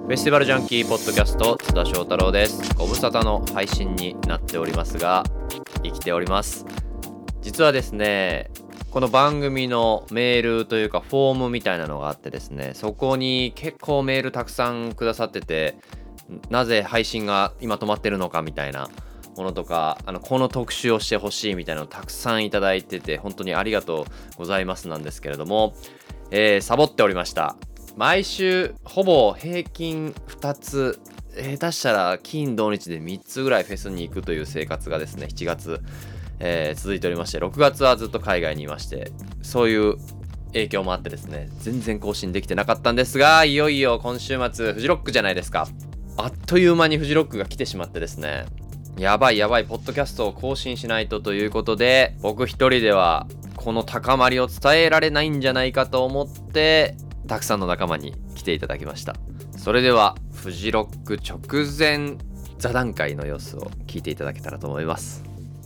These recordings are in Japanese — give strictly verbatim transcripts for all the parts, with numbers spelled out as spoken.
フェスティバルジャンキーポッドキャスト津田翔太郎です。ご無沙汰の配信になっておりますが、生きております。実はですね、この番組のメールというかフォームみたいなのがあってですね、そこに結構メールたくさんくださってて、なぜ配信が今止まってるのかみたいなものとか、あのこの特集をしてほしいみたいなのをたくさんいただいてて、本当にありがとうございますなんですけれども、えー、サボっておりました。毎週ほぼ平均ふたつ、下手したら金土日でみっつぐらいフェスに行くという生活がですね、しちがつ、えー、続いておりまして、ろくがつはずっと海外にいまして、そういう影響もあってですね、全然更新できてなかったんですが、いよいよ今週末フジロックじゃないですか。あっという間にフジロックが来てしまってですね、やばいやばい、ポッドキャストを更新しないとということで、僕一人ではこの高まりを伝えられないんじゃないかと思って、たくさんの仲間に来ていただきました。それではフジロック直前座談会の様子を聞いていただけたらと思います。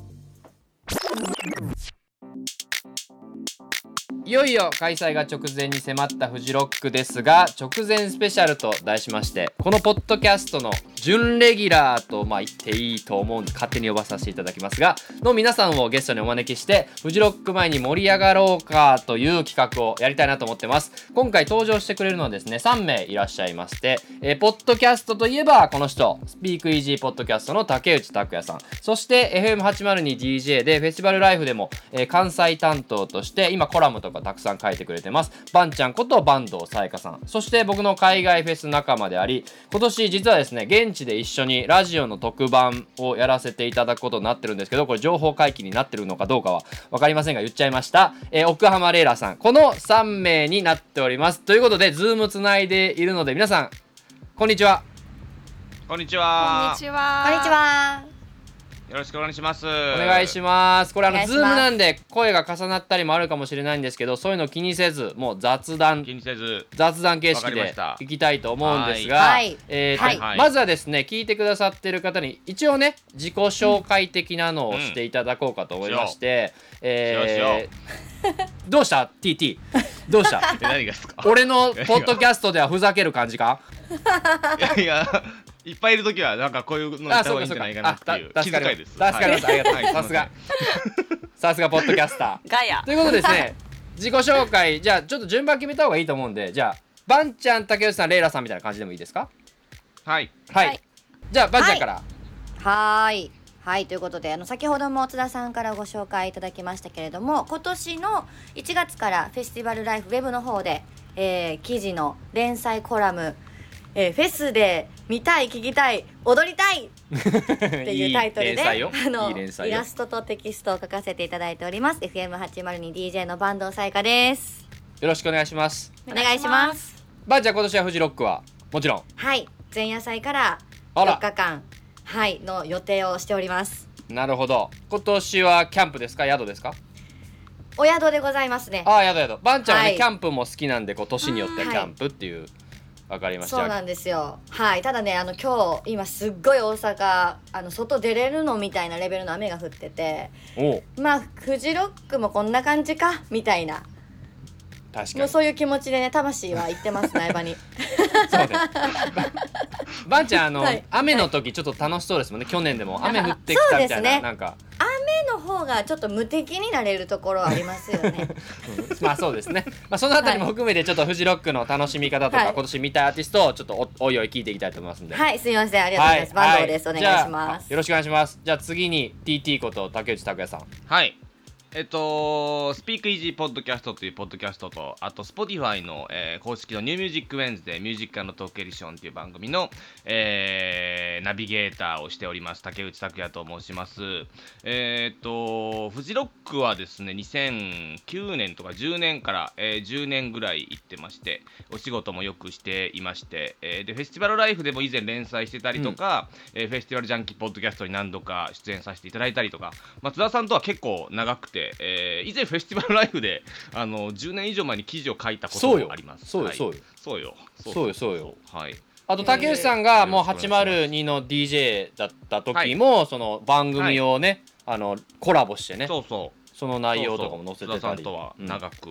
いよいよ開催が直前に迫ったフジロックですが、直前スペシャルと題しまして、このポッドキャストの準レギュラーとまあ言っていいと思うんで勝手に呼ばさせていただきますがの皆さんをゲストにお招きして、フジロック前に盛り上がろうかという企画をやりたいなと思ってます。今回登場してくれるのはですね、さんめいいらっしゃいまして、えー、ポッドキャストといえばこの人、スピークイージーポッドキャストの竹内拓也さん、そして エフエムはちまるにディージェー でフェスティバルライフでも、えー、関西担当として今コラムとかたくさん書いてくれてますバンちゃんこと坂東彩香さん、そして僕の海外フェス仲間であり、今年実はですね現地で一緒にラジオの特番をやらせていただくことになってるんですけど、これ情報解禁になってるのかどうかは分かりませんが言っちゃいました。えー、奥浜レイラさん、このさんめいになっております。ということでズームつないでいるので、皆さんこんにちは。 こんにちは。 こんにちは。 こんにちは。 よろしくお願いします。お願いします。これあのズームなんで声が重なったりもあるかもしれないんですけど、そういうの気にせず、もう雑談気にせず雑談形式でいきたいと思うんですが、 はい、 えーとはいはい、まずはですね、聞いてくださってる方に一応ね自己紹介的なのをしていただこうかと思いまして、うんうん、えー、どうした ティーティー どうした何がですか。 俺のポッドキャストではふざける感じか。 いやいや、いっぱいいるときはなんかこういうの言った方がいいんじゃないかなっていう気遣いです。 助かります、はい、ありがとうございます。さすがさすがポッドキャスターガヤということでですね、自己紹介じゃあちょっと順番決めた方がいいと思うんで、じゃあバンちゃん、竹内さん、レイラさんみたいな感じでもいいですか。 はいはい、 はい、 じゃあバンちゃんから。 はい、はい、ということで、あの先ほども津田さんからご紹介いただきましたけれども、今年のいちがつからフェスティバルライフウェブの方で、えー、記事の連載コラム、えー、フェスで見たい、聞きたい、踊りたいっていうタイトルでいいあのいいイラストとテキストを書かせていただいております エフエムはちまるにディージェー の坂東彩香です。 よろしくお願いします。 お願いします。 バンちゃん、今年はフジロックはもちろん。 はい、前夜祭からよっかかん、はいの予定をしております。 なるほど。今年はキャンプですか、宿ですか。 お宿でございますね。 ああ、宿宿。バンちゃんはね、 はい、 キャンプも好きなんで、こう年によってはキャンプっていう、はい、わかりました。 そうなんですよ。はい、ただね、あの今日今すっごい大阪、あの外出れるのみたいなレベルの雨が降ってて、 おまあフジロックもこんな感じかみたいな、 確かにもうそういう気持ちでね、魂は言ってます苗場に。 そうね。バンちゃん、あの、 はい、 雨の時ちょっと楽しそうですもんね。去年でも雨降ってきたみたいな、 ね、 なんか雨の方がちょっと無敵になれるところはありますよね。 うん、まあそうですね。まあそのあたりも含めてちょっとフジロックの楽しみ方とか、はい、今年見たいアーティストをちょっと お, おいおい聞いていきたいと思いますんで。 はい、すみません、ありがとうございます。坂東です、お願いします。 よろしくお願いします。じゃあ次に ティーティー こと竹内拓也さん。 はい、えっと、スピークイージーポッドキャストというポッドキャストと、あと Spotify の、えー、公式のニューミュージックウェンズデーミュージック&トークエディションという番組の、えー、ナビゲーターをしております竹内拓也と申します。えー、っとフジロックはですねにせんきゅうねんとかじゅうねんから、えー、じゅうねんぐらい行ってまして、お仕事もよくしていまして、えー、でフェスティバルライフでも以前連載してたりとか、うん、えー、フェスティバルジャンキーポッドキャストに何度か出演させていただいたりとか、松田さんとは結構長くて、えー、以前フェスティバルライフであのじゅうねん以上前に記事を書いたこともあります。 そうよそうよそうよそうよそうよ。 はい。 あと竹内さんがもうはちまるにの ディージェー だった時も、はい、その番組をね、はい、あのコラボしてね、 そうそう、 その内容とかも載せてたり、 津田さんとは長く、うん、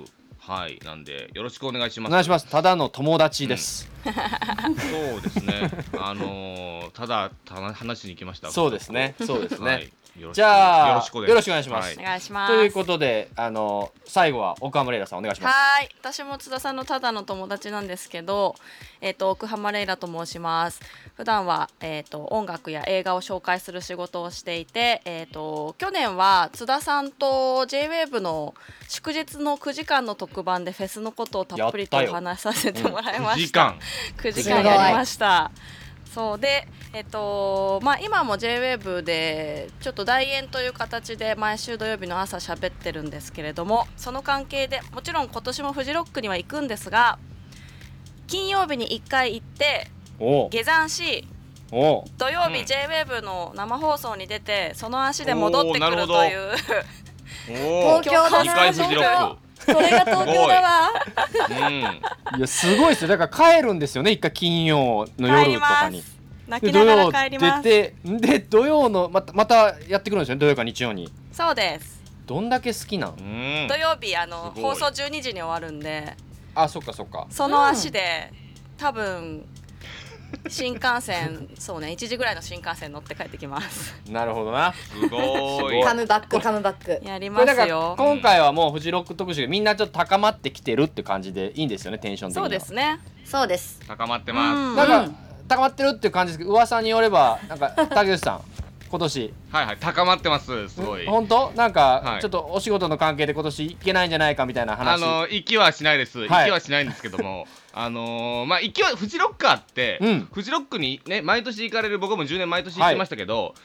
はいなんでよろしくお願いします。 お願いします。ただの友達です、 うん、そうですねあのー、ただた話しに来ました。 そうですねそうですね、はいじゃあよろしくお願いします。 お願いします。 ということで、あの最後は岡浜レイラさんお願いします。 はい、私も津田さんのただの友達なんですけど、えっ、ー、と奥浜レイラと申します。普段はえっ、ー、と音楽や映画を紹介する仕事をしていて、えっ、ー、と去年は津田さんと ジェイウェーブ の祝日のくじかんの特番でフェスのことをたっぷりとお話しさせてもらいました。くじかんやりました。そうで、えっとまあ、今も ジェイウェーブ でちょっと代演という形で毎週土曜日の朝喋ってるんですけれども、その関係でもちろん今年もフジロックには行くんですが、金曜日にいっかい行って下山し、土曜日 ジェイウェーブ の生放送に出てその足で戻ってくるという東京だな、東京それが東京だわうん、いやすごいですよ。だから帰るんですよね、一回金曜の夜とかに泣きながら帰ります。 出てで土曜のまたまたやってくるんですよね、土曜か日曜に。 そうです。 どんだけ好きなん？ 土曜日あの放送じゅうにじに終わるんで、 あ、そっかそっか、 その足で、うん、多分新幹線そうねいちじぐらいの新幹線乗って帰ってきます。 なるほどな、 すごいカムバックカムバックやりますよ。 今回はもうフジロック特集でみんなちょっと高まってきてるって感じでいいんですよね、テンション的には。 そうですね、 そうです、 高まってます。 なんか高まってるっていう感じですけど、噂によればなんか竹内さん今年はいはい高まってます。すごい本当なんか、はい、ちょっとお仕事の関係で今年行けないんじゃないかみたいな話。 あの行きはしないです、はい、行きはしないんですけどもあのー、まあ行きはフジロッカーって、うん、フジロックにね毎年行かれる、僕もじゅうねん毎年行ってましたけど、はい、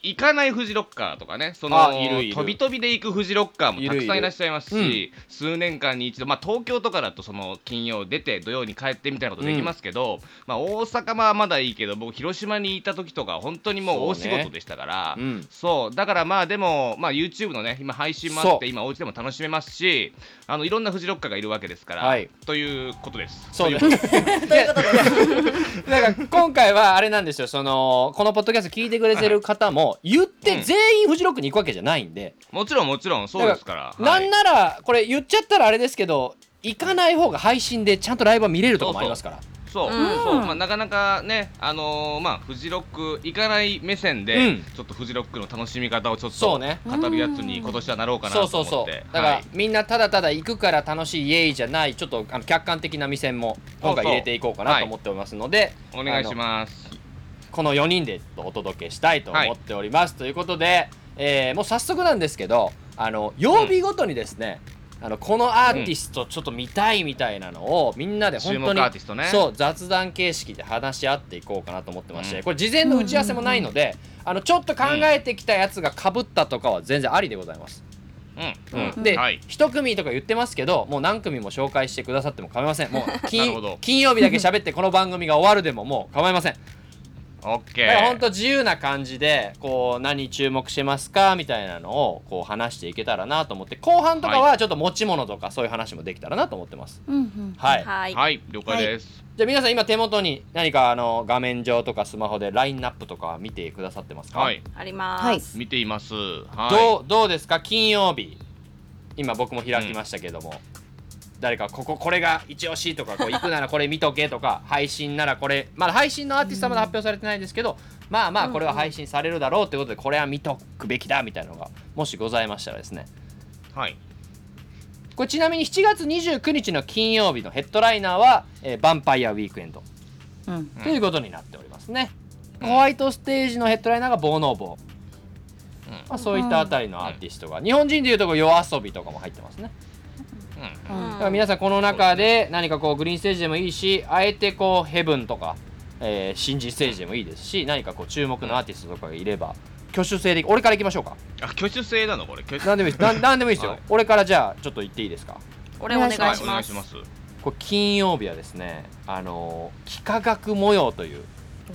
行かないフジロッカーとかね、そのいるいる飛び飛びで行くフジロッカーもたくさんいらっしゃいますし、いるいる、うん、数年間に一度、まあ、東京とかだとその金曜出て土曜に帰ってみたいなことできますけど、うん、まあ、大阪はまだいいけど僕広島にいた時とか本当にもう大仕事でしたから、そうね、うん、そうだからまあでも、まあ、YouTube のね今配信もあって今お家でも楽しめますし、あのいろんなフジロッカーがいるわけですから、はい、ということです。 そうですということですだから今回はあれなんですよ、そのこのポッドキャスト聞いてくれてる方も言って全員フジロックに行くわけじゃないんで、 もちろんもちろんそうですから、 はい、なんならこれ言っちゃったらあれですけど、行かない方が配信でちゃんとライブは見れるとかもありますから。 そうそう、うん、そう、まあ、なかなかね、あのー、まあフジロック行かない目線で、うん、ちょっとフジロックの楽しみ方をちょっと語るやつに今年はなろうかなと思って、そうそうそう、 だから、はい、みんなただただ行くから楽しいイエーイじゃない、ちょっとあの客観的な目線も今回入れていこうかなと思っておりますので、 はい、お願いします。 このよにんでお届けしたいと思っております、はい、ということで、えー、もう早速なんですけど、あの曜日ごとにですね、うん、あのこのアーティストちょっと見たいみたいなのをみんなで本当に、 アーティストね、 そう雑談形式で話し合っていこうかなと思ってまして、うん、これ事前の打ち合わせもないので、あのちょっと考えてきたやつが被ったとかは全然ありでございます。うんうん、で、はい、いち組とか言ってますけど、もう何組も紹介してくださっても構いません。もう 金, 金曜日だけ喋ってこの番組が終わるでももう構いません。 オッケー。 だから本当自由な感じでこう何注目してますかみたいなのをこう話していけたらなと思って、後半とかはちょっと持ち物とかそういう話もできたらなと思ってます。 うんうん、 はい、 はい、 はい、了解です。 はい、じゃあ皆さん今手元に何かあの画面上とかスマホでラインナップとか見てくださってますか？ はい、 あります、 はい、 見ています。はい、 どうどうですか金曜日。今僕も開きましたけども、うん、誰かこここれが一押しとか、こう行くならこれ見とけとか配信ならこれ、まだ配信のアーティストはまだ発表されてないですけど、まあまあこれは配信されるだろうということで、これは見とくべきだみたいなのがもしございましたらですね、 はい、 これちなみにしちがつにじゅうくにちの金曜日のヘッドライナーは、えー、ヴァンパイアウィークエンド、うん、ということになっておりますね、うん、ホワイトステージのヘッドライナーがボーノーボー、うん、まあ、そういったあたりのアーティストが、うん、日本人でいうと夜遊びとかも入ってますね、うん、だから皆さんこの中で何かこうグリーンステージでもいいし、あえてこうヘブンとか、えー、新人ステージでもいいですし、何かこう注目のアーティストとかがいれば挙手制で、俺からいきましょうか。 あ、挙手制なのこれ。 何でもいいです。何でもいいですよ、はい、俺からじゃあちょっと言っていいですか。 俺お願いします。 お願いします。 これ金曜日はですね、あのー、幾何学模様という、 うん、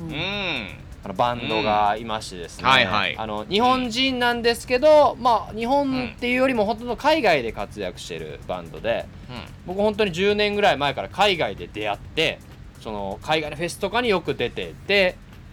あのバンドがいましてですね、 うん、はいはい、 あの日本人なんですけど、うん、まあ日本っていうよりもほとんど海外で活躍してるバンドで、うん、僕本当にじゅうねんぐらい前から海外で出会って、その海外のフェスとかによく出てて、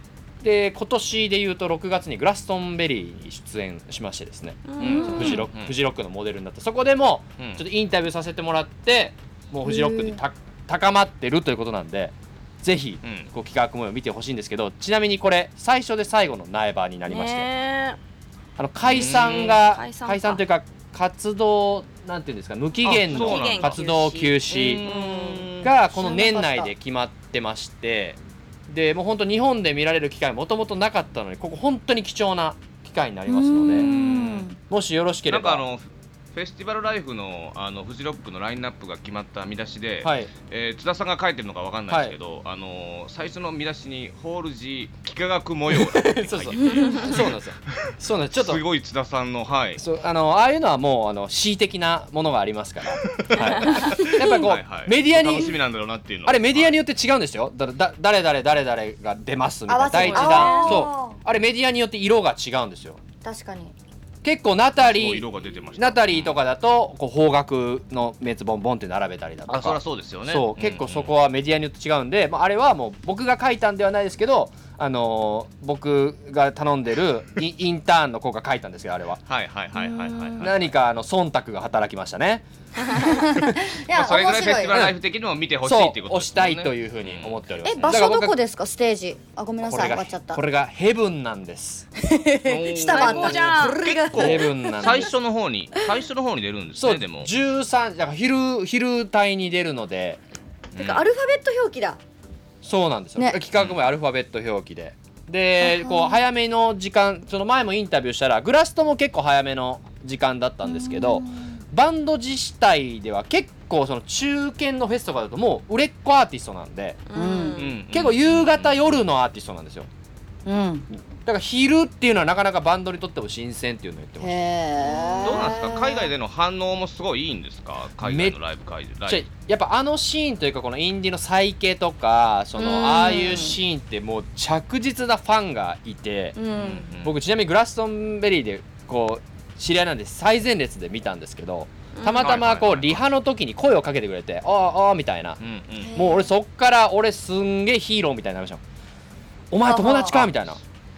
で今年でいうとろくがつにグラストンベリーに出演しましてですね、 ううんんフジロック、 うんフジロックのモデルになって、そこでもうんちょっとインタビューさせてもらって、もうフジロックにた高まってるということなんで、ぜひうんこう企画模様を見てほしいんですけど、ちなみにこれ最初で最後の苗場になりまして、 ねあの解散がうん解散か解散というか活動なんていうんですか、無期限のあそうなんだ活動休う止ーんがこの年内で決まってまして、でもう本当日本で見られる機会もともとなかったのに、ここ本当に貴重な機会になりますのうで、 んもしよろしければ。 なんかあのフェスティバルライフのあのフジロックのラインナップが決まった見出しで、 はい、 えー津田さんが書いてるのかわかんないですけど、あのー最初の見出しにホール G 幾何学模様だって書いててそうなんですよ。そうなんです。ちょっとすごい津田さんのはいそうあのああいうのはもうあの恣意的なものがありますから、はい、やっぱこう、 はいはいメディアに楽しみなんだろうなっていうのあれメディアによよって違うんですよ。だだ誰々誰々が出ますみたいな合わせて第一弾、 あーそうあれメディアによって色が違うんですよ。 確かに結構ナタリー色が出てましたナタリーとかだとこう方角の滅ボンボンって並べたりだとか、 あそりゃそうですよねそう結構そこはメディアによって違うんで、まあ、あれはもう僕が書いたんではないですけど、あのー僕が頼んでるイインターンの子が書いたんですけど、あれははいはいはいはいはいはい何かあの忖度が働きましたね。 いまあやそれぐらいフェスティバルライうんフ的にも見てほしいそうっていうこと押したですよねいというふうに思っております。 え場所どこでですか？ステージあごめんなさい終わっちゃったこれがヘブンなんです。 下があった最高じゃんこれが結構ヘブンなんです。 最初の方に最初の方に出るんですそうねでもじゅうさんだから昼昼帯に出るので、 てかアルファベット表記だそうなんですよ。 ね企画もアルファベット表記で。であはこう早めの時間、その前もインタビューしたらグラストも結構早めの時間だったんですけど、バンド自体では結構その中堅のフェスとかだともう売れっ子アーティストなんで、 うんうん結構夕方夜のアーティストなんですよ。 うんだから昼っていうのはなかなかバンドにとっても新鮮っていうのを言ってまへした。 えどうなんですか海外での反応もすごいいいんですか海外のライブ会ラじゃイやっぱあのシーンというかこのインディのサイケとかそうんのああいうシーンってもう着実なファンがいて、 うんブうん僕ちなみにグラストンベリーでこう知り合いなんで最前列で見たんですけど、たまたまこはいはいはいはいうリハの時に声をかけてくれて「ああああ」みたいな、 うんうんもう俺そっから俺すんげえヒーローみたいになりました。お前友達かみたいな。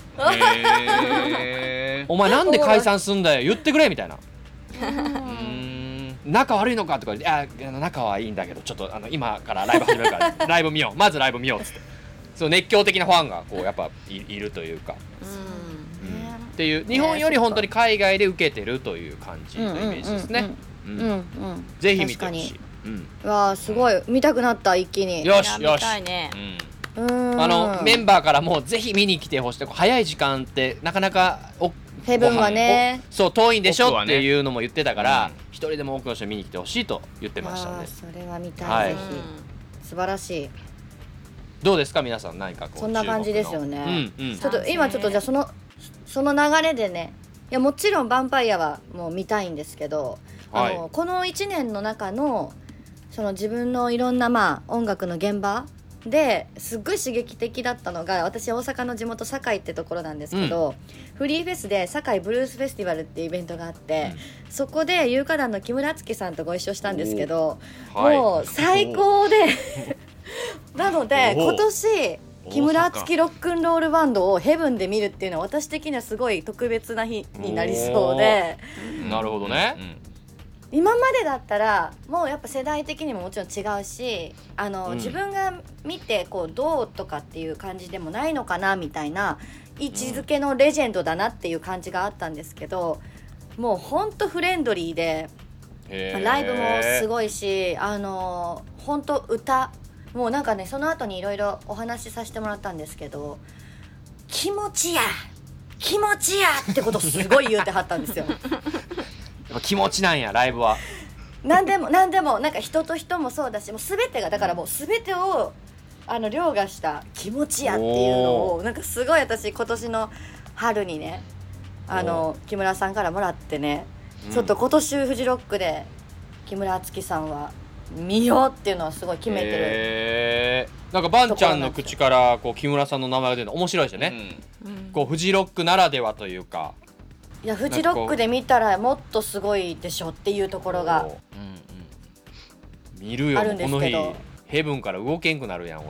へーお前なんで解散すんだよ言ってくれみたいな。 うーん仲悪いのかとか言って、ああの仲はいいんだけどちょっとあの今からライブ始めるからライブ見ようまずライブ見ようっつって、そう熱狂的なファンがこうやっぱ い, いるというか、 うんうんっていう日本より本当に海外で受けてるという感じのイメージですね。うんうんうんぜひ見てほしい確。 うんうわーすごい見たくなった一気によしいや見よし。 たいねうんうーんあのメンバーからもぜひ見に来てほしい。こう早い時間ってなかなかおヘブンはねおそう遠いんでしょ奥はねっていうのも言ってたからうん一人でも多くの人見に来てほしいと言ってましたねあー。それは見たい、 はいぜひ素晴らしいどうですか皆さん何かこうそんな感じですよねうんうんちょっと今ちょっとじゃあそのその流れでねいやもちろんヴァンパイアはもう見たいんですけど、 はいあのこのいちねんの中のその自分のいろんなまあ音楽の現場ですっごい刺激的だったのが私大阪の地元堺ってところなんですけど、フリーフェスで堺ブルースフェスティバルっていうイベントがあって、そこで有価団の木村敦樹さんとご一緒したんですけど、 はいもう最高でなのでお今年木村敦樹大阪ロックンロールバンドをヘブンで見るっていうのは私的にはすごい特別な日になりそうでなるほどねうん今までだったらもうやっぱ世代的にももちろん違うしあの、 うん自分が見てこうどうとかっていう感じでもないのかなみたいな位置づけのレジェンドだなっていう感じがあったんですけど、もうほんとフレンドリーでへーライブもすごいしあのほんと歌もうなんかねその後にいろいろお話しさせてもらったんですけど気持ちや気持ちやってことすごい言うてはったんですよやっぱ気持ちなんやライブは。 何でも何でもなんか人と人もそうだしもう全てがだからもう全てをあの凌駕した気持ちやっていうのをなんかすごい私今年の春にねあの木村さんからもらってね、 うんちょっと今年フジロックで木村敦樹さんは見ようっていうのはすごい決めてる、 へーなんかバンちゃんの口からこう木村さんの名前が出るの面白いですよね、 うんこうフジロックならではというかいやフジロックで見たらもっとすごいでしょっていうところがこう見るよあるんですこの日けどヘブンから動けんくなるやん俺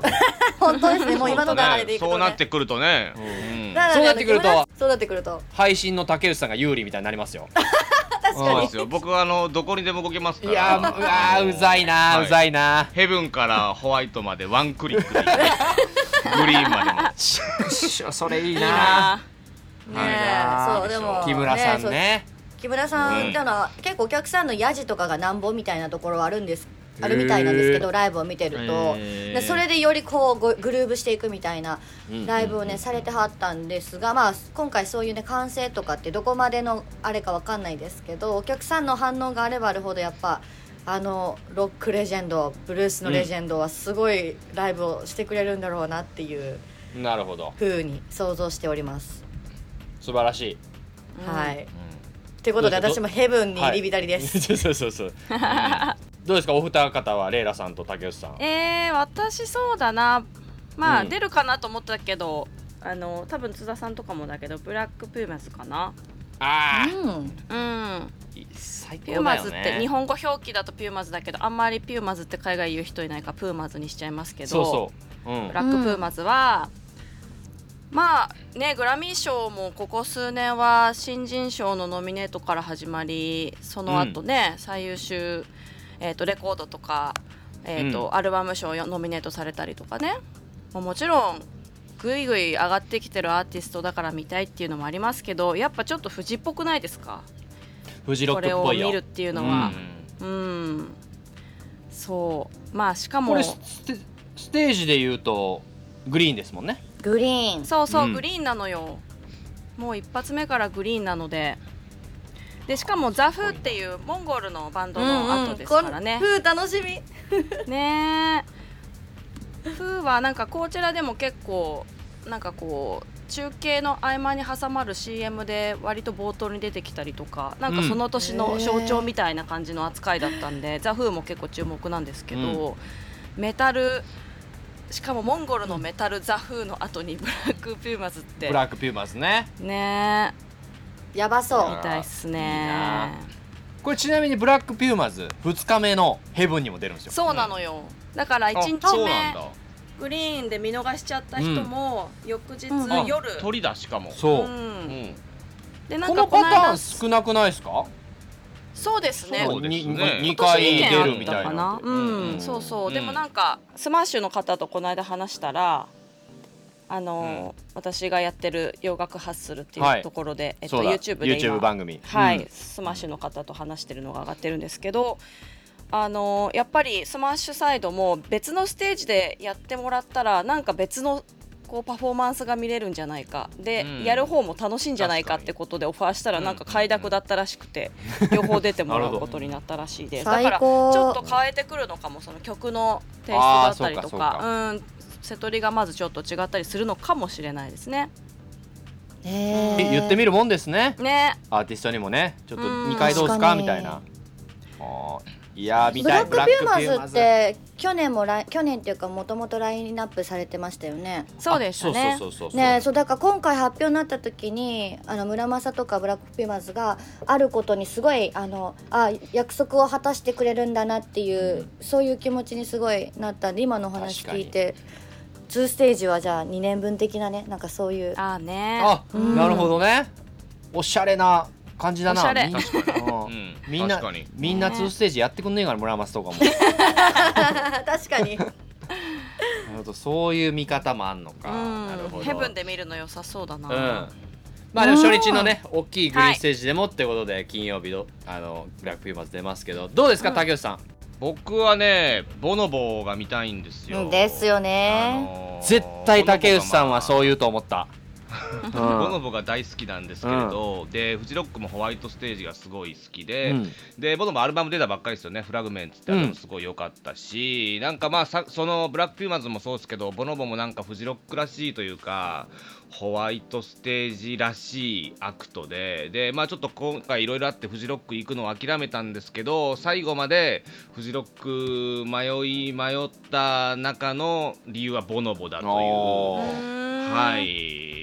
本当ですね。もう今の流れでいくとね。 そうなってくるとね、 うんうんだからそうなってくるとそうなってくると配信の竹内さんが有利みたいになりますよ。 確かにそうですよ。僕はあのどこにでも動けますから。 いやー、うわーうざいなー、 はいうざいなヘブンからホワイトまでワンクリックでいいグリーンまでも。 ー。それいいいいななねはいえそうでも木村さんそうね。 木村さんっていうのは、結構お客さんのヤジとかがなんぼみたいなところはあるんですあるみたいなんですけど、ライブを見てると、 へーでそれでよりこうごグルーブしていくみたいなうんライブをね、されてはったんですが、まあ今回そういうね完成とかってどこまでのあれかわかんないですけど、お客さんの反応があればあるほどやっぱあのロックレジェンドブルースのレジェンドはすごいライブをしてくれるんだろうなっていうなるほど、 風に想像しております、 素晴らしい。 はいということでどうぞ私もヘブンに入り浸りです、 そうそうそうそう。どうですかお二方はレイラさんと竹内さん。 えー、私そうだなまあ、 うん出るかなと思ったけどあの多分津田さんとかもだけどブラックピューマズかな。 あうんうんー最ピュー高だよマズってね。 日本語表記だとピューマズだけどあんまりピューマズって海外言う人いないからプーマズにしちゃいますけど、 そうそう。うんブラックプーマズは、まあねグラミー賞もここ数年は新人賞のノミネートから始まりその後ね、最優秀、えー、とレコードとか、えーとうんアルバム賞ノミネートされたりとかねもうもちろんぐいぐい上がってきてるアーティストだから見たいっていうのもありますけどやっぱちょっとフジっぽくないですかフジロッこれをクっぽいよ。 見るっていうのはうん、そうまあしかもこれステステージで言うとグリーンですもんね。 グリーンそうそう、 うんグリーンなのよもう一発目からグリーンなのででしかもザ・フーっていうモンゴルのバンドの後ですからね、 うんうん、この風楽しみねえフーはなんかこちらでも結構なんかこう中継の合間に挟まる シーエム で割と冒頭に出てきたりとかなんかその年の象徴みたいな感じの扱いだったんで、ザ・フーも結構注目なんですけど、メタルしかもモンゴルのメタルザ・フーの後にブラックピューマズってブラックピューマズね。 ねやばそうえみたいっすいいねなこれちなみにブラックピューマズふつかめのヘブンにも出るんですよ。 そうなのよだからいちにちあそうなんめだ。 グリーンで見逃しちゃった人も、翌日うんあ夜、 鳥だしかも。 そうう、 うんん。 でなんこかこの間のパターン少なくないですか。 そうですねそうですねににかい出るみたいかなな。うん、 うんそうそう、 うんでもなんかスマッシュの方とこの間話したらあのー私がやってる洋楽ハッスルってはいいうところで、えっとそうだ YouTube で今 YouTube 番組はい、 うんスマッシュの方と話してるのが上がってるんですけどあのーやっぱりスマッシュサイドも別のステージでやってもらったらなんか別のこうパフォーマンスが見れるんじゃないかで、 うんやる方も楽しいんじゃないかってことでオファーしたらなんか快諾だったらしくて、両方出てもらうことになったらしいですだからち最高ょっと変えてくるのかもその曲のテイストだったりとあーそうかかそううん瀬戸りがまずちょっと違ったりするのかもしれないですねねえ言ってみるもんですね。 ねアーティストにもねちょっとうんにかいどうです確かにかみたいな。あーいやー見ブラッたいクピューマズって去年もライ去年っていうかもともとラインナップされてましたよねそうでしたねそうそうそうそうねそうだから今回発表になった時にあの村正とかブラックピューマズがあることにすごいあのあ約束を果たしてくれるんだなっていう、うん、そういう気持ちにすごいなったんで今のお話聞いてにステージはじゃあにねんぶん的なねなんかそういうあーねあ、 うんなるほどね。おしゃれな感じだな。 おしゃれみん確かに。 うんうんみんな確かに。 みんなにステージやってくんねえから村松とかも。 確かになるほどそういう見方もあんのか。 うんなるほど。 ヘブンで見るの良さそうだな、 うん。まあでも初日のね大きいグリーンステージでもってことで金曜日のあのブラックピューマズ出ますけどどうですか竹内さん。 僕はねボノボが見たいんですよ。 ですよね、 あのー絶対竹内さんはそう言うと思った。 ボノボが大好きなんですけれど、でフジロックもホワイトステージがすごい好きで、 うんでボノボアルバム出たばっかりですよね。フラグメンツってあれもすごい良かったし、なんかまあさそのブラックピューマズもそうですけどボノボもなんかフジロックらしいというかホワイトステージらしいアクトででまあちょっと今回いろいろあってフジロック行くのを諦めたんですけど最後までフジロック迷い迷った中の理由はボノボだという。 おーうんはい、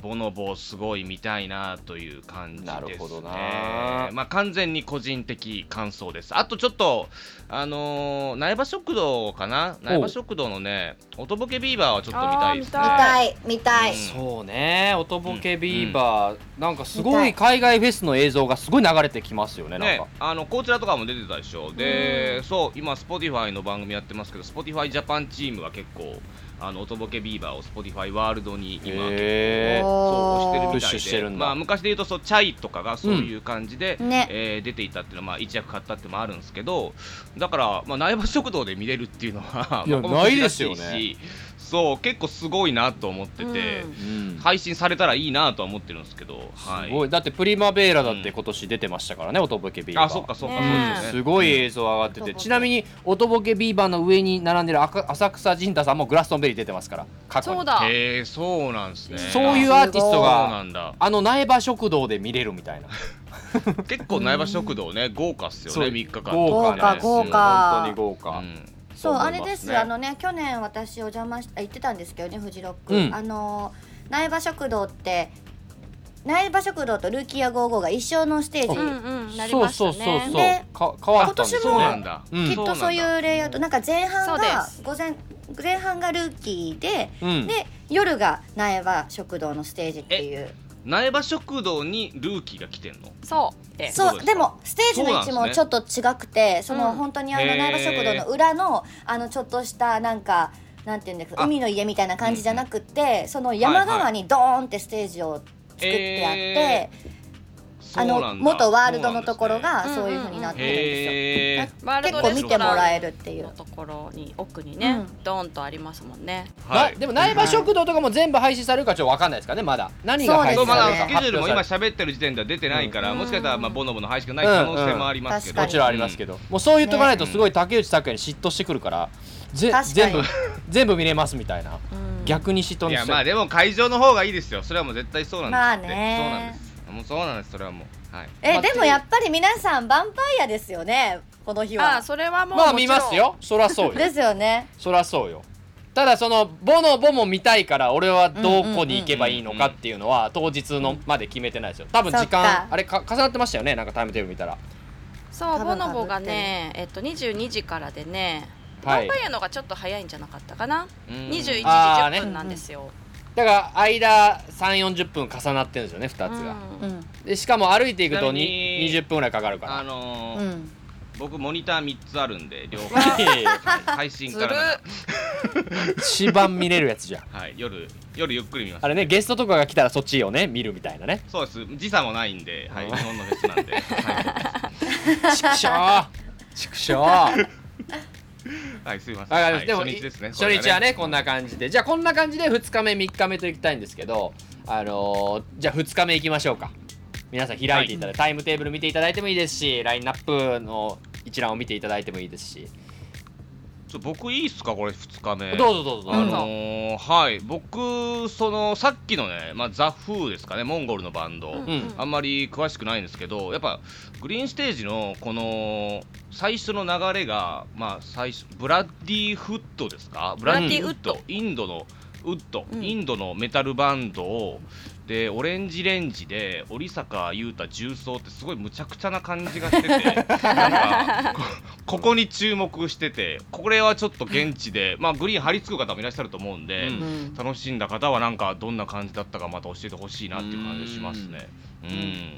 ボノボすごい見たいなという感じですね。 なるほどな。 まあ完全に個人的感想です。あとちょっとあのー、苗場食堂かな、苗場食堂のねおとぼけビーバーはちょっと見たいですね。 見たい見たい、 うんそうね、おとぼけビーバー、うん、なんかすごい海外フェスの映像がすごい流れてきますよね。なんかね、あのこちらとかも出てたでしょ。で、そう今 Spotify の番組やってますけど Spotify ジャパンチームは結構あのおとぼけビーバーを Spotify ワールドに今結構そう推してるみたいで、 プッシュしてるんだ。 まあ昔で言うとそうチャイとかがそういう感じで、 うんねえー、出ていたっていうのはまあ一役買ったっていうのもあるんですけど、だからまあ苗場食堂で見れるっていうのはいやないですよね。 そう結構すごいなと思ってて、 うん、 配信されたらいいなとは思ってるんですけど、はい、 すごい。だってプリマベーラだって今年出てましたからね、うん、おとぼけビーバー。 あ、そっかそっか、 ね、 そうですね。 すごい映像上がってて、うん、ちなみにおとぼけビーバーの上に並んでる浅草仁太さんもグラストンベリー出てますから、過去に。 そうだ。 へえ、そうなんですね。 そういうアーティストがあの苗場食堂で見れるみたいな。 結構苗場食堂ね豪華っすよね。みっかかん豪華豪華、 本当に豪華。うん、 そう、あれです、あのね、去年私お邪魔し行ってたんですけどね、フジロック、うん、あの苗場食堂って苗場食堂とルーキーやゴーゴーが一緒のステージ、 うんうん、なりましたね。 そうそうそうそう。 で、 か変わったんですよね。 今年もきっとそういうレイアウト、なんか前半が午前前半がルーキーで、うん、で夜が苗場食堂のステージっていう。 苗場食堂にルーキーが来てんの？ そうでそうでもステージの位置もちょっと違くて、その本当にあの苗場食堂の裏のあのちょっとしたなんかなんていうんですか、海の家みたいな感じじゃなくて、うん、その山側にドーンってステージを作ってあって、えーあの元ワールドのところがそういう風になってるんですよ。結構見てもらえるっていうところに奥にね、うん、ドーンとありますもんね。 はい、でも苗場食堂とかも全部配信されるかちょっと分かんないですかね。まだ何が配信されるか、 まだスケジュールも今喋ってる時点では出てないから、うん、もしかしたらまあボノボの配信がない可能性もありますけど、 もちろんありますけど、うん、もうそう言っとかないとすごい竹内拓也に嫉妬してくるから、ぜ全部全部見れますみたいな、うん、逆に嫉妬にして。いやまあでも会場の方がいいですよ。それはもう絶対そうなんですって。 まあね、 そうなんです。もうそうなんです。それはもう。はい、 えでもやっぱり皆さんヴァンパイアですよね、この日は。 あ、それはもうまあ見ますよ。そりゃそうよ。 ですよね。 そりゃそうよ。ただそのボノボも見たいから俺はどこに行けばいいのかっていうのは当日のまで決めてないですよ。多分時間あれか重なってましたよね。なんかタイムテーブル見たら。 そう、ボノボがねえっとにじゅうにじからでね、ヴァンパイアのがちょっと早いんじゃなかったかな。にじゅういちじじゅっぷんなんですよ。 だから間さんじゅうよんじゅっぷん重なってるんですよね、ふたつが、うん、でしかも歩いていくとににじゅっぷんぐらいかかるから、 あのーうん、僕モニターみっつあるんで両方配信から一番見れるやつじゃん。 はい、夜夜ゆっくり見ます。 あれね、ゲストとかが来たらそっちをね見るみたいなね。 そうです、時差もないんで、はい、日本のフェスなんでちくしょーちくしょーはい、すいません。はい、 でも初日ですね。 初日はねこんな感じで、じゃあこんな感じでふつかめみっかめといきたいんですけど、あのー、じゃあふつかめいきましょうか。皆さん開いていただいて、はい、タイムテーブル見ていただいてもいいですし、ラインナップの一覧を見ていただいてもいいですし。 ちょ僕いいっすかこれふつかめ。 どうぞどうぞ。 あのー、はい僕そのさっきのね、まあ、ザ・フーですかね、モンゴルのバンド、うん、あんまり詳しくないんですけど、やっぱグリーンステージのこの最初の流れが、まあ、最初ブラッディフッドですか、 ブラッディウッド、 インドのウッド、うん、インドのメタルバンドをでオレンジレンジで織坂優太重奏ってすごいむちゃくちゃな感じがしててなんか こ, ここに注目してて、これはちょっと現地で、まあ、グリーン張り付く方もいらっしゃると思うんで、うん、楽しんだ方はなんかどんな感じだったかまた教えてほしいなっていう感じしますね。うん、うん、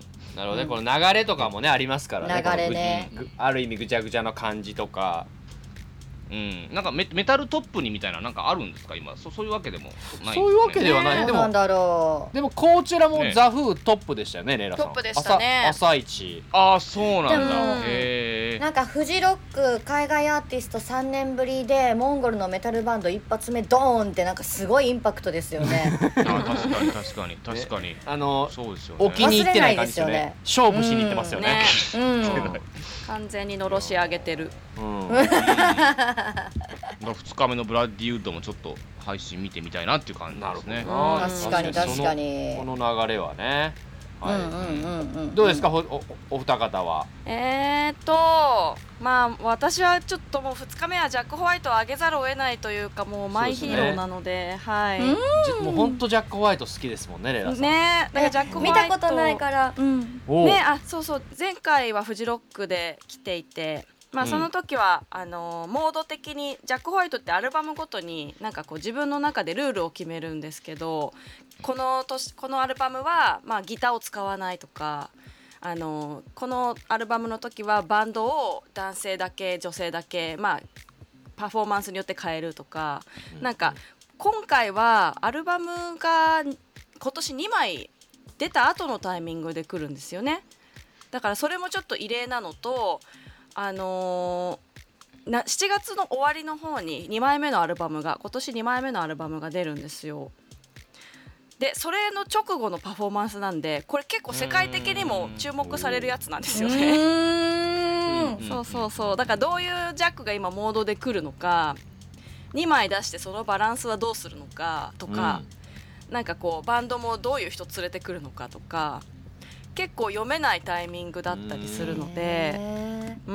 なるほどね、この流れとかもねありますからね。 流れね、 ある意味ぐちゃぐちゃの感じとか。 うん、なんか メ, メタルトップにみたいななんかあるんですか今。 そ, そういうわけでもないんです、ね、 そういうわけではない。 でもなんだろう。 でもこちらもザ・フートップでしたよね、レイラさん。 トップでしたね。 朝一。 ああそうなんだ。へえ。 なんかフジロック海外アーティストさんねんぶりでモンゴルのメタルバンド一発目ドーンってなんかすごいインパクトですよね。 あ確かに確かに確かに。 あのそうですよね。 お気に入ってない感じですよね。勝負しに行ってますよね。 うん。うん、完全にのろし上げてる。うん。うんふつかめのブラッディウッドもちょっと配信見てみたいなっていう感じですね。 なるほどな。 確かに確かに。 この流れはね。 はい、 うんうんうんうん、 どうですか、お, お, お二方は。 えーとまあ私はちょっともうふつかめはジャック・ホワイトを上げざるを得ないというか、もうマイヒーローなの で, で、ね、はい、 もう本当ジャック・ホワイト好きですもんね、レイラさんね。だからジャック・ホワイト見たことないから、うん、 ね、あそうそう、前回はフジロックで来ていて、まあ、その時は、うん、あのモード的にジャック・ホワイトってアルバムごとになんかこう自分の中でルールを決めるんですけど、この年このアルバムは、まあ、ギターを使わないとか、あのこのアルバムの時はバンドを男性だけ女性だけ、まあ、パフォーマンスによって変えるとか、うん、なんか今回はアルバムが今年にまい出た後のタイミングで来るんですよね。だからそれもちょっと異例なのと、あのー、なしちがつの終わりの方ににまいめのアルバムが今年にまいめのアルバムが出るんですよ。でそれの直後のパフォーマンスなんで、これ結構世界的にも注目されるやつなんですよね。うーんそうそうそう。だからどういうジャックが今モードで来るのか、にまい出してそのバランスはどうするのかとか、うん、なんかこうバンドもどういう人連れてくるのかとか、結構読めないタイミングだったりするので、うん、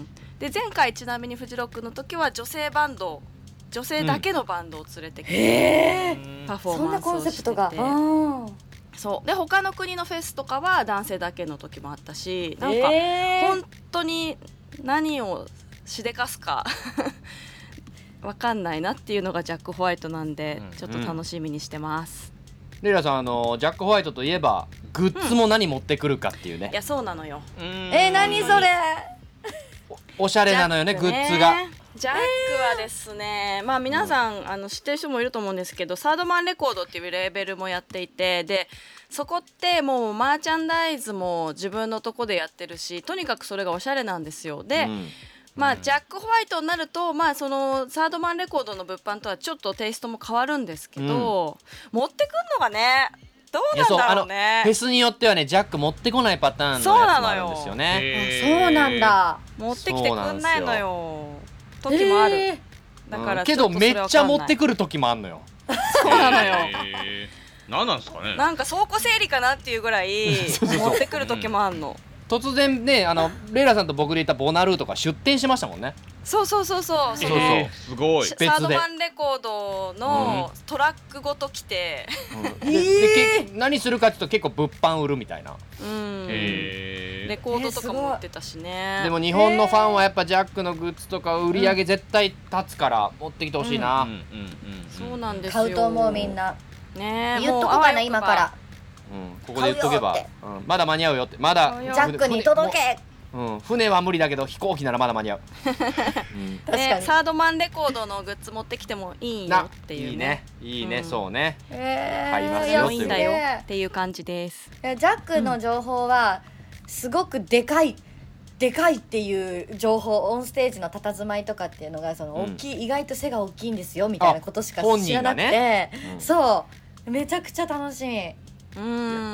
で前回ちなみにフジロックの時は女性バンド女性だけのバンドを連れてきて、うん、パフォーマンスをしてて、そんなコンセプトが、そうで他の国のフェスとかは男性だけの時もあったし、なんか本当に何をしでかすかわかんないなっていうのがジャック・ホワイトなんで、うん、ちょっと楽しみにしてます。 レイラさん、あのジャック・ホワイトといえばグッズも何持ってくるかっていうね、 うん、いやそうなのよ。 えー、何それお, おしゃれなのよね、グッズが。 ジャックはですね、まあ皆さん、うん、あの知ってる人もいると思うんですけど、サードマンレコードっていうレーベルもやっていて、でそこってもうマーチャンダイズも自分のとこでやってるし、とにかくそれがおしゃれなんですよ。で、うんまあ、ジャック・ホワイトになると、まあ、そのサードマンレコードの物販とはちょっとテイストも変わるんですけど、うん、持ってくんのがねどうなんだろうね。 フェスによってはねジャック持ってこないパターンのやつもあるんですよね。 そうなんだ。 持ってきてくんないのよ時もある。だから、 うん、けどめっちゃ持ってくる時もあんのよ。 そうなのよ。 何なんですかね。 なんか倉庫整理かなっていうぐらい持ってくる時もあんの。 突然ね、あのレイラさんと僕で行ったボナルーとか出店しましたもんね。 そうそうそうそう。 そうそう、えー、すごい。 サードマンレコードのトラックごと来て、 うん、でで何するかっていうと結構物販売るみたいな。 うん。えー、レコードとかも売ってたしね。 でも日本のファンはやっぱジャックのグッズとか売り上げ絶対立つから持ってきてほしいな。 そうなんですよ。 買うと思うみんな。 ねえ。 言っとこうかな今から。 うん、ここで言っとけば、うん、まだ間に合うよって。まだジャックに届け、 うん、船は無理だけど飛行機ならまだ間に合う、 うん、確かにサードマンレコードのグッズ持ってきてもいいよっていうね。 いいね、いいね、うん、そうね、 えー、 買いますよいいんだよっていう感じです。 ジャックの情報はすごくでかいでかいっていう情報、オンステージの佇まいとかっていうのがその大きい、うん、意外と背が大きいんですよみたいなことしか知らなくて、ねうん、そうめちゃくちゃ楽しみ。 うん、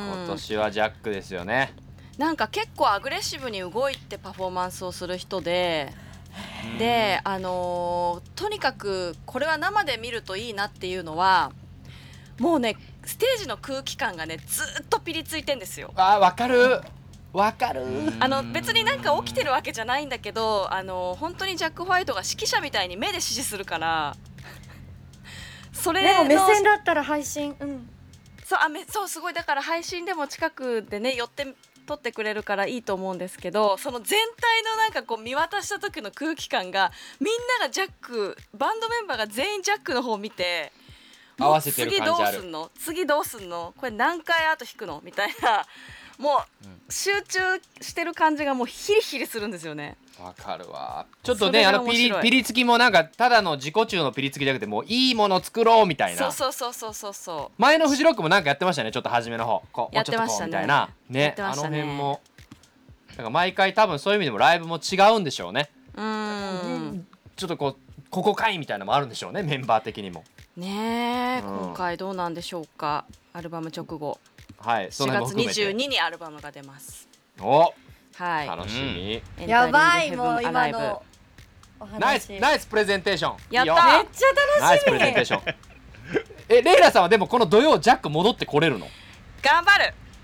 今年はジャックですよね。 なんか結構アグレッシブに動いてパフォーマンスをする人で、で、あのー、とにかくこれは生で見るといいなっていうのは、もうねステージの空気感がねずっとピリついてんですよ。 あー、わかるわかる。 あの別になんか起きてるわけじゃないんだけど、あのー、本当にジャック・ホワイトが指揮者みたいに目で指示するからそれのでも目線だったら配信、うんそう、あめそうすごい、だから配信でも近くでね寄って撮ってくれるからいいと思うんですけど、その全体のなんかこう見渡した時の空気感が、みんながジャック、バンドメンバーが全員ジャックの方を見て、 合わせてる感じある。 次どうすんの次どうすんのこれ何回アート弾くのみたいな、もう集中してる感じがもうヒリヒリするんですよね。 わかるわ。ちょっとね、あのピリピリつきもなんかただの自己中のピリつきじゃなくて、もういいもの作ろうみたいな。 そうそうそうそうそう。 前のフジロックもなんかやってましたね、ちょっと初めの方。こうやってましたね。 もうちょっとこうみたいなね、あの辺もなんか毎回多分そういう意味でもライブも違うんでしょうね。 うーん。 ちょっとこうここかいみたいなのもあるんでしょうね、メンバー的にも。 ねえ、うん、今回どうなんでしょうか。アルバム直後。 はい、その辺も含めてしがつにじゅうににアルバムが出ます。 お、 はい、 楽しみ、 うん、やばい、もう今のお話ナイスナイスプレゼンテーション。 やった、 めっちゃ楽しみ。 ナイスプレゼンテーションえ、レイラさんはでもこの土曜ジャック戻ってこれるの？ 頑張る。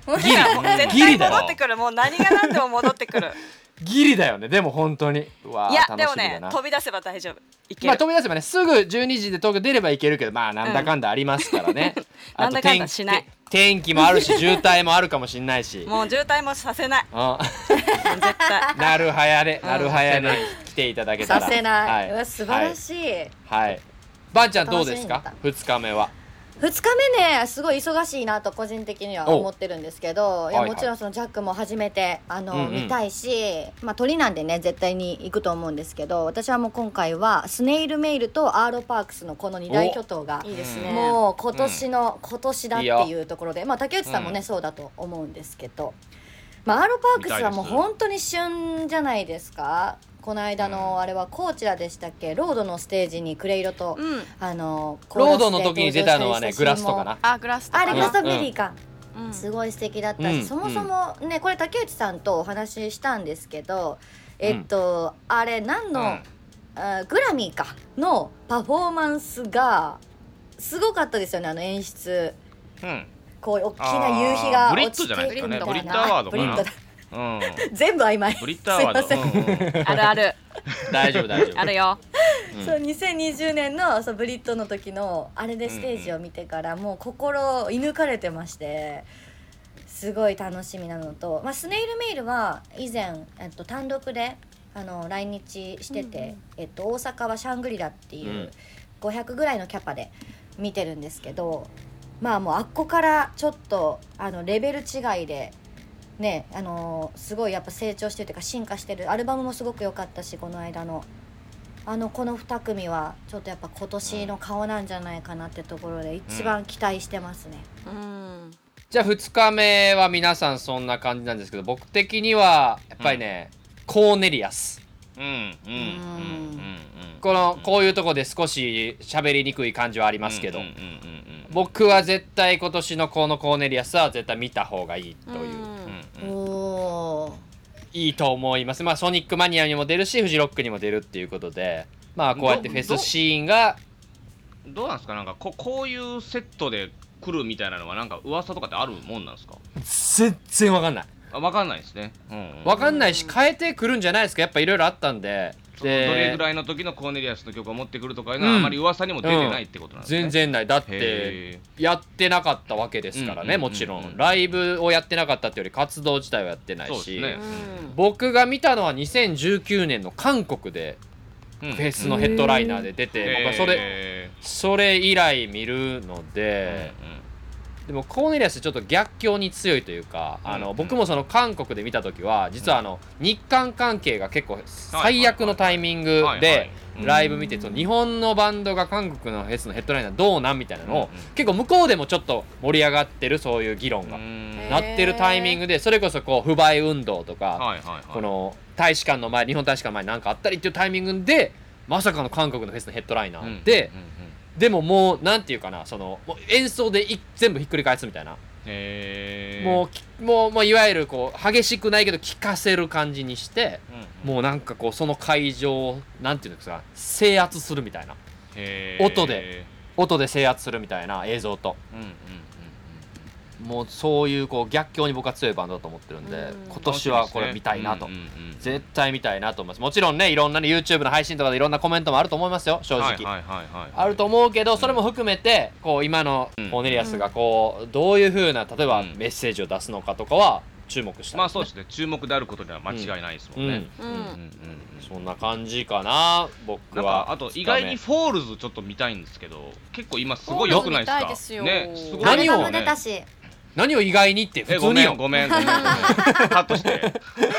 ギリ絶対ギリだよ戻ってくる。もう何が何でも戻ってくる。 ギリだよね。でも本当にうわーいや楽でもねしみだな。 飛び出せば大丈夫。いける。 まあ飛び出せばねすぐじゅうにじで東京出ればいけるけどまあなんだかんだありますからね、あとなんだかんだしない天気天気もあるし渋滞もあるかもしんないしもう渋滞もさせない。 うん絶対。 なるはやでうんなるはやで来ていただけたらさせない、 はいうわ素晴らしい、 はい、はい、ばんちゃんどうですか楽しふつかめは。 ふつかめねすごい忙しいなと個人的には思ってるんですけどいやはいはいもちろんそのジャックも初めてあの、 うんうん見たいし、まあ、鳥なんでね絶対に行くと思うんですけど私はもう今回はスネイルメイルとアーロパークスのこの二大巨頭がいいですね。 もう今年の、今年だっていいよいうところでまあ竹内さんもね、 うんそうだと思うんですけど、まあ、アーロパークスはもう見たいです本当に旬じゃないですか。この間のあれはコーチラでしたっけロードのステージにクレイロと、 うん。 あのロードの時に出たのはねグラスとかなな。 あグラスとかな。 あれグラストベリーか、 うんすごい素敵だったし、 うんそもそもねこれ竹内さんとお話ししたんですけどえっと、あれ何の、 うんあグラミーかのパフォーマンスがすごかったですよね。あの演出うんこう大きな夕日があーブリッ落ちてトじゃないですかねブリットブリットアワードかなブリットだうん全部曖昧ブリットアワードすいません、 うんうんあるある大丈夫大丈夫。 あるよ。 うんそうにせんにじゅうねんのそうブリットの時のあれでステージを見てからもう心射抜かれてましてすごい楽しみなのと、まあ、スネイルメイルは以前、えっと、単独であの来日してて、えっと、大阪はシャングリラっていううんごひゃくぐらいのキャパで見てるんですけどまあもうあっこからちょっとあのレベル違いでねあのすごいやっぱ成長してるというか進化してるアルバムもすごく良かったしこの間のあのこのに組はちょっとやっぱ今年の顔なんじゃないかなってところで一番期待してますね、 うん。 じゃあふつかめは皆さんそんな感じなんですけど僕的にはやっぱりね、コーネリアスうんうんうんうんうんこのこういうとこで少し喋りにくい感じはありますけど、 うんうんうんうん僕は絶対今年のこのコーネリアスは絶対見た方がいいという、 うんうんおーいいと思います。まあソニックマニアにも出るしフジロックにも出るっていうことでまあこうやってフェスシーンがどうなんですかなんかここういうセットで来るみたいなのはなんか噂とかってあるもんなんですか全然わかんないあ分かんないですねうんうんわかんないし変えてくるんじゃないですか。やっぱいろいろあったんでそのどれぐいらいの時のコーネリアスの曲を持ってくるとかいうのはあまり噂にも出てないってことなんですね、 全然ない。だってへやってなかったわけですからね、 うんもちろうんうんうんんライブをやってなかったっていうより活動自体はやってないし、 そうですねうん僕が見たのはにせんじゅうきゅうねんの韓国でうんフェスのヘッドライナーで出て、僕はそれへそれ以来見るのーで、 うんうんでもコーネリアスちょっと逆境に強いというか、あのうんうん僕もその韓国で見た時は実はあの日韓関係が結構最悪のタイミングはいはいではいライブ見て、その日本のバンドが韓国のフェスのヘッドライナーどうなんみたいなのを、 うんうん結構向こうでもちょっと盛り上がってるそういう議論がうんなってるタイミングで、それこそこう不買運動とか、 はいはいはいこの大使館の前日本大使館の前に何かあったりっていうタイミングでまさかの韓国のフェスのヘッドライナーで、 うんうんうんでももうなんていうかなそのもう演奏でい全部ひっくり返すみたいな、 へーもうきもう、まあ、いわゆるこう激しくないけど聴かせる感じにして、 うんもうなんかこうその会場をなんていうんですか制圧するみたいなへー音で音で制圧するみたいな映像とうんうんうんもうそういうこう逆境に僕は強いバンドだと思ってるんで、 うん今年はこれ見たいなと、 うんうんうん絶対見たいなと思います。もちろんねいろんな、ね、YouTube の配信とかでいろんなコメントもあると思いますよ正直、 はいはいはいはいあると思うけどそれも含めてこう今のうんコーネリアスがこうどういう風な例えばうんメッセージを出すのかとかは注目したいまあそうですね注目であることには間違いないですもんねうんうんうんうんうんそんな感じかな僕なんは。 かあと意外にフォールズちょっと見たいんですけど結構今すごい良くないですかフォールズ見たいですよねすごい何をアルバム出たし何を意外にってえごめん普通によ。 ごめんごめんごめんカットして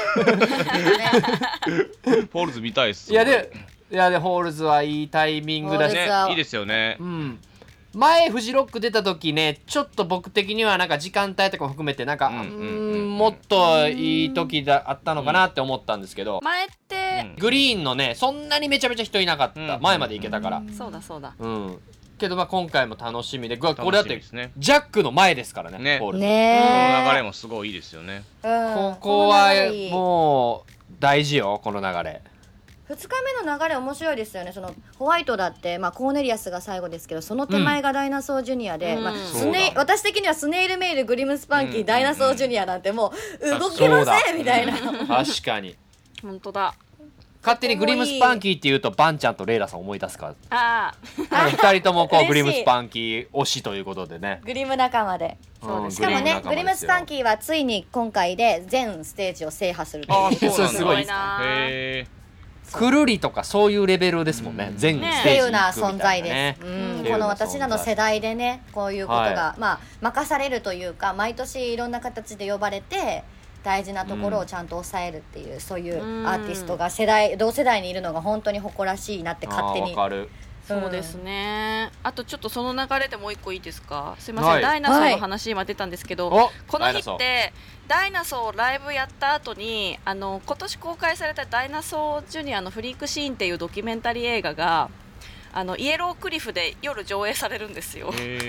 フォールズ見たいっすいやでいやでホールズはいいタイミングだし、 ホールズはねいいですよねうん、前フジロック出た時ねちょっと僕的にはなんか時間帯とかも含めてなんか、 うんううんうんーんもっといい時だあったのかなって思ったんですけど、 前って、 グリーンのねそんなにめちゃめちゃ人いなかった、 うん前まで行けたから、 そうだそうだ。 うんけどまあ今回も楽しみでこれ楽だってしみですねジャックの前ですからねねホールズ、 こねの流れもすごいいいですよねうんここはこの流れいいもう大事よこの流れ。 ふつかめの流れ面白いですよね。そのホワイトだって、まあ、コーネリアスが最後ですけど、その手前がダイナソージュニアで、 うんまあ、スそうだネ私的にはスネイルメイル、グリムスパンキー、 うんダイナソージュニアなんてもううん動けまそうだせんみたいな。 確かに本当だ。 勝手にグリムスパンキーっていうとバンちゃんとレイラさん思い出すからあなんかふたりともこう嬉しいグリムスパンキー推しということでね。 グリム仲間で。 そうですしかもね、グリムスパンーキーはついに今回で全ステージを制覇するという。 あそうなんだすごいですな。 へくるりとかそういうレベルですもんね、 うん全ステージっていうような行くみたい存在です、 ねうん、 っていうようなこの私らの世代でねこういうことが、 はまあ任されるというか、毎年いろんな形で呼ばれて大事なところをちゃんと抑えるっていう、そういうアーティストが世代同世代にいるのが本当に誇らしいなって勝手に。 あーわかる。 そうですね。あとちょっとその流れでもう一個いいですか。すいません、 はいダイナソーの話今出たんですけど、 おこの日っダイナソーてダイナソーライブやった後にあの今年公開されたダイナソージュニアのフリークシーンっていうドキュメンタリー映画があのイエロークリフで夜上映されるんですよ。 え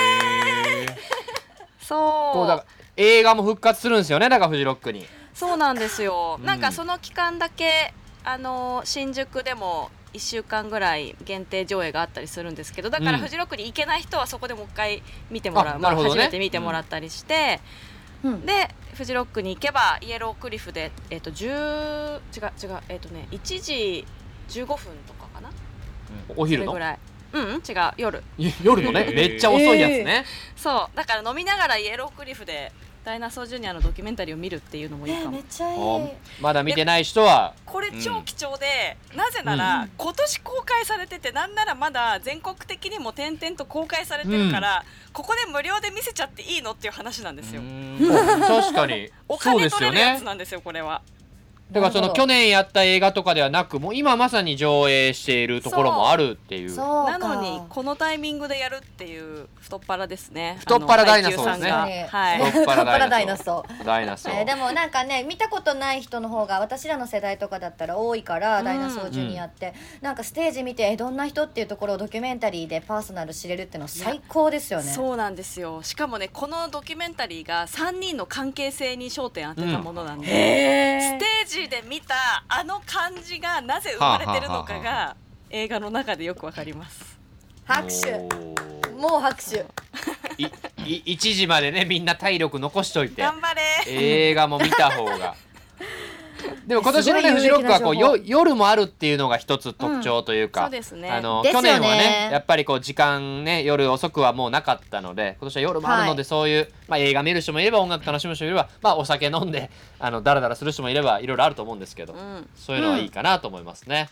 そうこうだから映画も復活するんですよね、だからフジロックに。 そうなんですよ、 うんなんかその期間だけあの新宿でもいっしゅうかんぐらい限定上映があったりするんですけど、だからうんフジロックに行けない人はそこでもう一回見てもらう、 あなるほどねまあ初めて見てもらったりして、 うんでフジロックに行けばイエロークリフで、えっとじゅう違う違う、えっとね、いちじじゅうごふんとかかな、 お昼のそれぐらい、うん、うん、違う夜、 夜のね、 へーめっちゃ遅いやつね。 そうだから飲みながらイエロークリフでダイナソージュニアのドキュメンタリーを見るっていうのもいいえー、 かもめっ。ちゃいい。 おまだ見てない人はこれ超貴重で、なぜなら、今年公開されてて、なんならまだ全国的にも点々と公開されてるから、ここで無料で見せちゃっていいのっていう話なんですよ。 確かにおそうですよ金取れるやねつ。なんですよこれは。 だからそのなるほど去年やった映画とかではなく、もう今まさに上映しているところもあるっていう。 そうかなのにこのタイミングでやるっていう太っ腹ですね。 太っ腹ダイナソーですねあの配給さんがはい。 太っ腹太っ腹ダダイナイナソソー。ダイナソー。 えーでもなんかね見たことない人の方が私らの世代とかだったら多いから、 うんダイナソージュニアって、なんかステージ見てえどんな人っていうところをドキュメンタリーでパーソナル知れるっていうのは最高ですよね。 そうなんですよ。しかもねこのドキュメンタリーがさんにんの関係性に焦点当てたものなんで、 へーステージで見たあの感じがなぜ生まれてるのかはあはあはあが映画の中でよくわかります。 拍手おーもう拍手。 いいいちじまでねみんな体力残しといて頑張れ。 映画も見た方がでも今年のねすごいフジロックはこう有益な情報よ夜もあるっていうのが一つ特徴というか、 そうですね。 あのですよね去年はねやっぱりこう時間ね夜遅くはもうなかったので、今年は夜もあるので、 はいそういう、まあ、映画見る人もいれば音楽楽しむ人もいれば、まあ、お酒飲んであのダラダラする人もいればいろいろあると思うんですけど、 うん、 そういうのはいいかなと思いますね、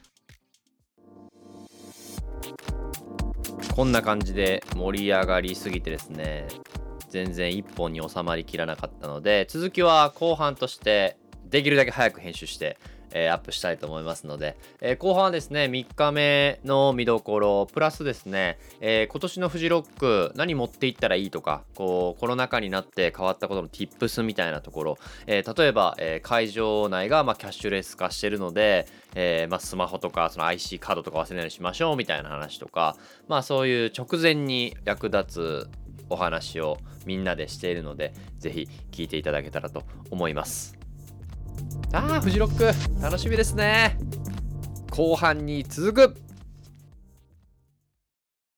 こんな感じで盛り上がりすぎてですね全然一本に収まりきらなかったので、続きは後半としてできるだけ早く編集して、えーアップしたいと思いますので、えー後半はですねみっかめの見どころプラスですね、えー今年のフジロック何持っていったらいいとか、こうコロナ禍になって変わったことの Tips みたいなところ、えー例えば、えー会場内がまあキャッシュレス化してるので、えーまあ、スマホとかその アイシー カードとか忘れないようにしましょうみたいな話とか、まあそういう直前に役立つお話をみんなでしているので、ぜひ聞いていただけたらと思います。あーフジロック楽しみですね。後半に続く。